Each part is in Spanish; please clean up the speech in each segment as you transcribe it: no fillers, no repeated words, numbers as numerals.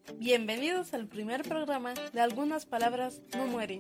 Bienvenidos al primer programa de Algunas Palabras No Mueren.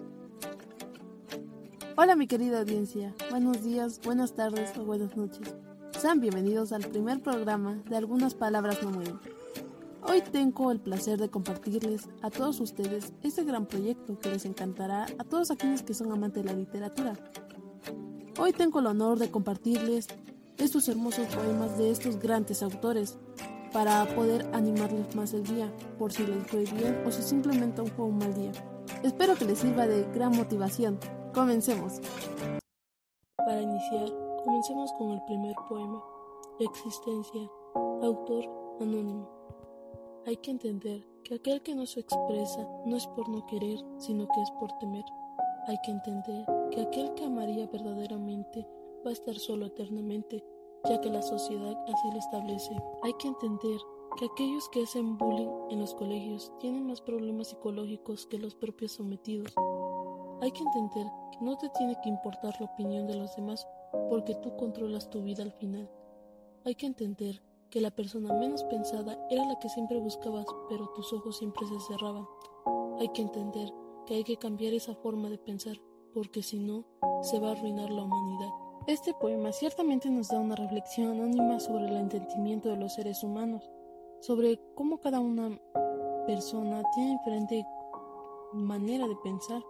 Hola mi querida audiencia, buenos días, buenas tardes o buenas noches. Sean bienvenidos al primer programa de Algunas Palabras No Mueren. Hoy tengo el placer de compartirles a todos ustedes este gran proyecto que les encantará a todos aquellos que son amantes de la literatura. Hoy tengo el honor de compartirles estos hermosos poemas de estos grandes autores para poder animarles más el día, por si les fue bien o si simplemente fue un mal día. Espero que les sirva de gran motivación. Comencemos. Para iniciar, comencemos con el primer poema, Existencia, autor anónimo. Hay que entender que aquel que no se expresa no es por no querer, sino que es por temer. Hay que entender que aquel que amaría verdaderamente va a estar solo eternamente, ya que la sociedad así lo establece. Hay que entender que aquellos que hacen bullying en los colegios tienen más problemas psicológicos que los propios sometidos. Hay que entender que no te tiene que importar la opinión de los demás porque tú controlas tu vida al final. Hay que entender que la persona menos pensada era la que siempre buscabas, pero tus ojos siempre se cerraban. Hay que entender que hay que cambiar esa forma de pensar, porque si no, se va a arruinar la humanidad. Este poema ciertamente nos da una reflexión anónima sobre el entendimiento de los seres humanos, sobre cómo cada una persona tiene diferente manera de pensar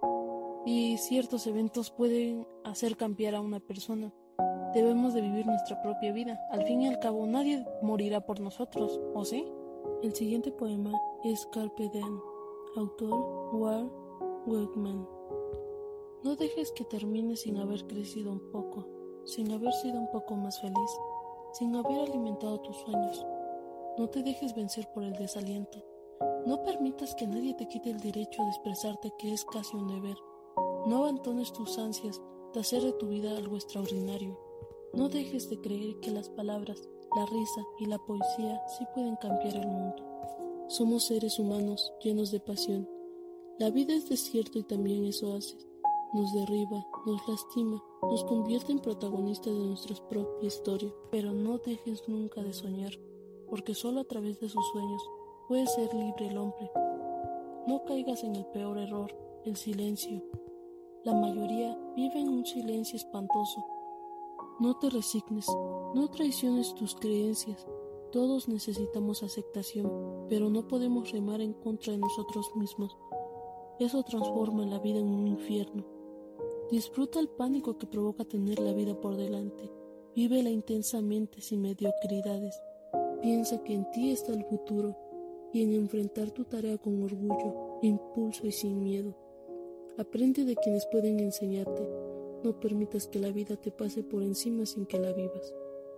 y ciertos eventos pueden hacer cambiar a una persona. Debemos de vivir nuestra propia vida. Al fin y al cabo, nadie morirá por nosotros, ¿o sí? El siguiente poema es Carpe Diem, autor Walt Whitman. No dejes que termine sin haber crecido un poco, sin haber sido un poco más feliz, sin haber alimentado tus sueños. No te dejes vencer por el desaliento. No permitas que nadie te quite el derecho de expresarte, que es casi un deber. No abandones tus ansias de hacer de tu vida algo extraordinario. No dejes de creer que las palabras, la risa y la poesía sí pueden cambiar el mundo. Somos seres humanos llenos de pasión. La vida es desierto y también es oasis. Nos derriba, nos lastima, nos convierte en protagonistas de nuestra propia historia. Pero no dejes nunca de soñar, porque solo a través de sus sueños puede ser libre el hombre. No caigas en el peor error, el silencio. La mayoría vive en un silencio espantoso. No te resignes, no traiciones tus creencias. Todos necesitamos aceptación, pero no podemos remar en contra de nosotros mismos. Eso transforma la vida en un infierno. Disfruta el pánico que provoca tener la vida por delante. Vívela intensamente sin mediocridades. Piensa que en ti está el futuro y en enfrentar tu tarea con orgullo, impulso y sin miedo. Aprende de quienes pueden enseñarte. No permitas que la vida te pase por encima sin que la vivas.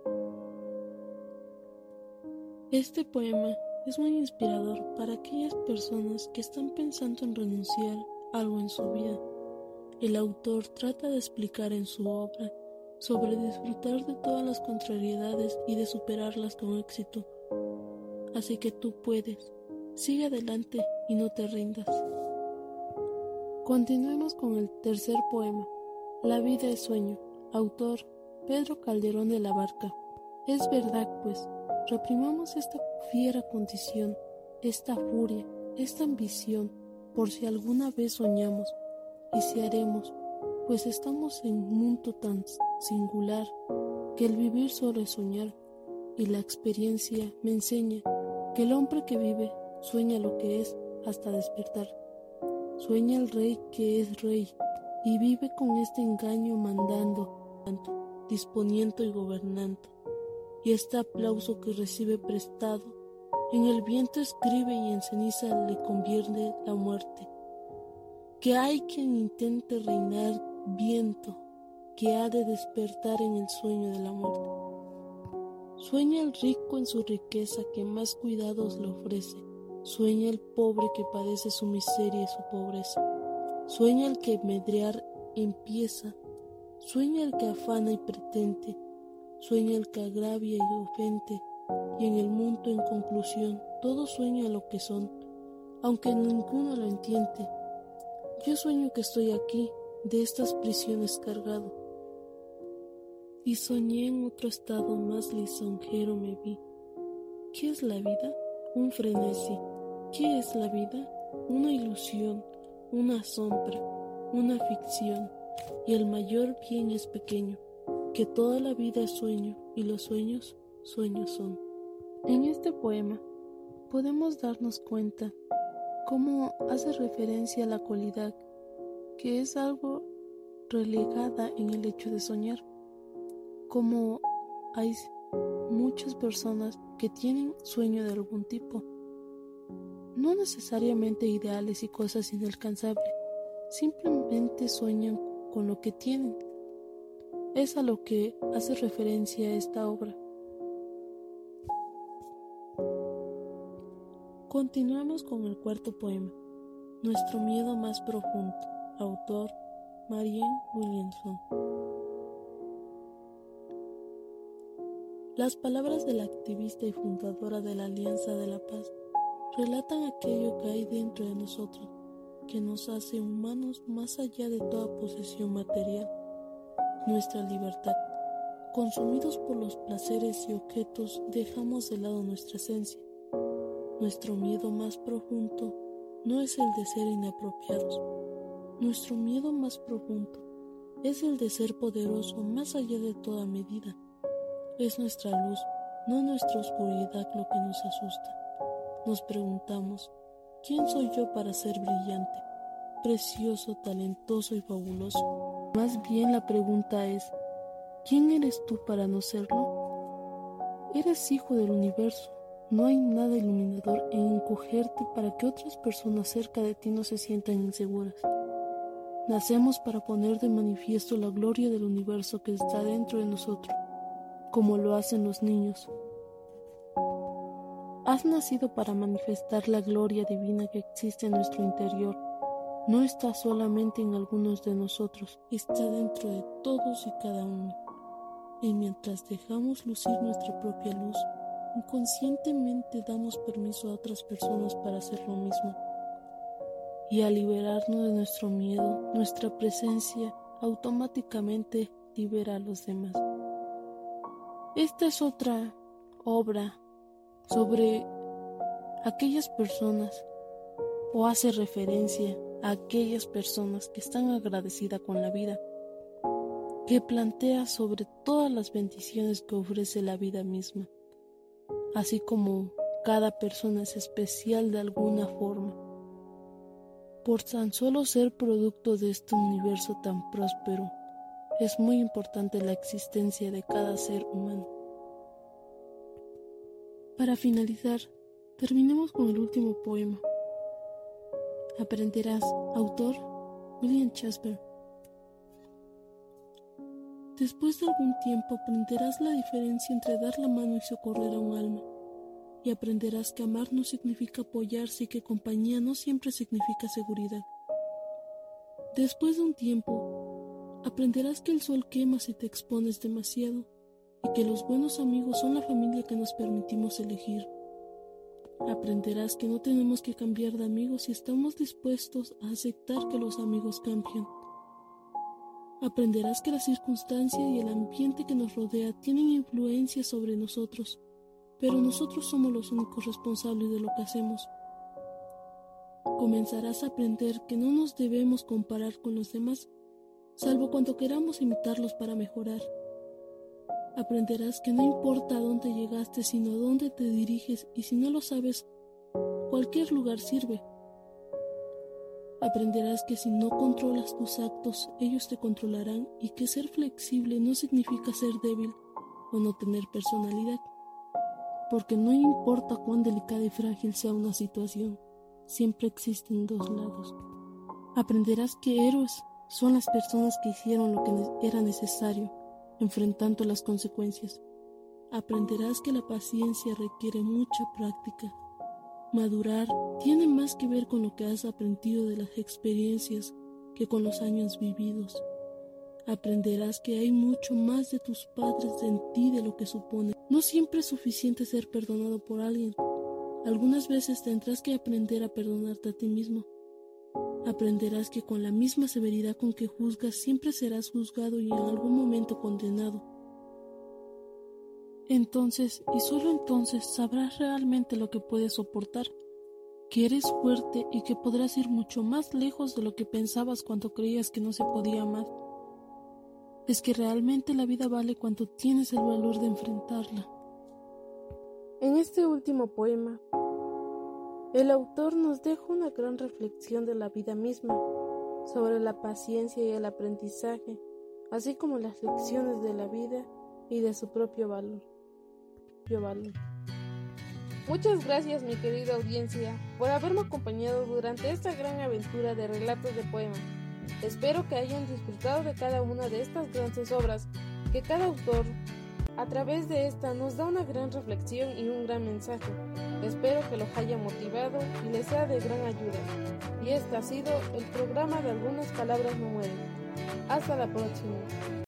Este poema es muy inspirador para aquellas personas que están pensando en renunciar a algo en su vida. El autor trata de explicar en su obra sobre disfrutar de todas las contrariedades y de superarlas con éxito. Así que tú puedes. Sigue adelante y no te rindas. Continuemos con el tercer poema. La vida es sueño, autor Pedro Calderón de la Barca. Es verdad, pues, reprimamos esta fiera condición, esta furia, esta ambición, por si alguna vez soñamos, y si haremos, pues estamos en un mundo tan singular, que el vivir solo es soñar, y la experiencia me enseña que el hombre que vive sueña lo que es hasta despertar. Sueña el rey que es rey, y vive con este engaño mandando, disponiendo y gobernando. Y este aplauso que recibe prestado, en el viento escribe y en ceniza le convierte la muerte. Que hay quien intente reinar viento, que ha de despertar en el sueño de la muerte. Sueña el rico en su riqueza que más cuidados le ofrece. Sueña el pobre que padece su miseria y su pobreza. Sueña el que medrear empieza, sueña el que afana y pretende, sueña el que agravia y ofende, y en el mundo en conclusión todos sueñan lo que son, aunque ninguno lo entiende. Yo sueño que estoy aquí, de estas prisiones cargado, y soñé en otro estado más lisonjero me vi. ¿Qué es la vida? un frenesí. ¿Qué es la vida? Una ilusión, una sombra, una ficción, y el mayor bien es pequeño, que toda la vida es sueño, y los sueños, sueños son. En este poema podemos darnos cuenta cómo hace referencia a la cualidad, que es algo relegada en el hecho de soñar, como hay muchas personas que tienen sueño de algún tipo, no necesariamente ideales y cosas inalcanzables, simplemente sueñan con lo que tienen. Es a lo que hace referencia esta obra. Continuamos con el cuarto poema, Nuestro miedo más profundo, autor Marianne Williamson. Las palabras de la activista y fundadora de la Alianza de la Paz relatan aquello que hay dentro de nosotros, que nos hace humanos más allá de toda posesión material, nuestra libertad. Consumidos por los placeres y objetos, dejamos de lado nuestra esencia. Nuestro miedo más profundo no es el de ser inapropiados. Nuestro miedo más profundo es el de ser poderoso más allá de toda medida. Es nuestra luz, no nuestra oscuridad lo que nos asusta. Nos preguntamos, ¿quién soy yo para ser brillante, precioso, talentoso y fabuloso? Más bien la pregunta es, ¿quién eres tú para no serlo? Eres hijo del universo. No hay nada iluminador en encogerte para que otras personas cerca de ti no se sientan inseguras. Nacemos para poner de manifiesto la gloria del universo que está dentro de nosotros, como lo hacen los niños. Has nacido para manifestar la gloria divina que existe en nuestro interior. No está solamente en algunos de nosotros, está dentro de todos y cada uno. Y mientras dejamos lucir nuestra propia luz, inconscientemente damos permiso a otras personas para hacer lo mismo. Y al liberarnos de nuestro miedo, nuestra presencia automáticamente libera a los demás. Esta es otra obra sobre aquellas personas, o hace referencia a aquellas personas que están agradecidas con la vida, que plantea sobre todas las bendiciones que ofrece la vida misma, así como cada persona es especial de alguna forma, por tan solo ser producto de este universo tan próspero. Es muy importante la existencia de cada ser humano. Para finalizar, terminemos con el último poema. Aprenderás, autor William Shakespeare. Después de algún tiempo aprenderás la diferencia entre dar la mano y socorrer a un alma, y aprenderás que amar no significa apoyarse y que compañía no siempre significa seguridad. Después de un tiempo, aprenderás que el sol quema si te expones demasiado, y que los buenos amigos son la familia que nos permitimos elegir. Aprenderás que no tenemos que cambiar de amigos si estamos dispuestos a aceptar que los amigos cambien. Aprenderás que la circunstancia y el ambiente que nos rodea tienen influencia sobre nosotros, pero nosotros somos los únicos responsables de lo que hacemos. Comenzarás a aprender que no nos debemos comparar con los demás, salvo cuando queramos imitarlos para mejorar. Aprenderás que no importa a dónde llegaste, sino a dónde te diriges, y si no lo sabes, cualquier lugar sirve. Aprenderás que si no controlas tus actos, ellos te controlarán, y que ser flexible no significa ser débil o no tener personalidad, porque no importa cuán delicada y frágil sea una situación, siempre existen dos lados. Aprenderás que héroes son las personas que hicieron lo que era necesario, enfrentando las consecuencias. Aprenderás que la paciencia requiere mucha práctica. Madurar tiene más que ver con lo que has aprendido de las experiencias que con los años vividos. Aprenderás que hay mucho más de tus padres en ti de lo que supones. No siempre es suficiente ser perdonado por alguien. Algunas veces tendrás que aprender a perdonarte a ti mismo. Aprenderás que con la misma severidad con que juzgas, siempre serás juzgado y en algún momento condenado. Entonces, y solo entonces, sabrás realmente lo que puedes soportar, que eres fuerte y que podrás ir mucho más lejos de lo que pensabas cuando creías que no se podía más. Es que realmente la vida vale cuando tienes el valor de enfrentarla. En este último poema, el autor nos deja una gran reflexión de la vida misma, sobre la paciencia y el aprendizaje, así como las lecciones de la vida y de su propio valor. Muchas gracias, mi querida audiencia, por haberme acompañado durante esta gran aventura de relatos de poemas. Espero que hayan disfrutado de cada una de estas grandes obras, que cada autor, a través de esta, nos da una gran reflexión y un gran mensaje. Espero que los haya motivado y les sea de gran ayuda. Y este ha sido el programa de Algunas Palabras No Mueren. Hasta la próxima.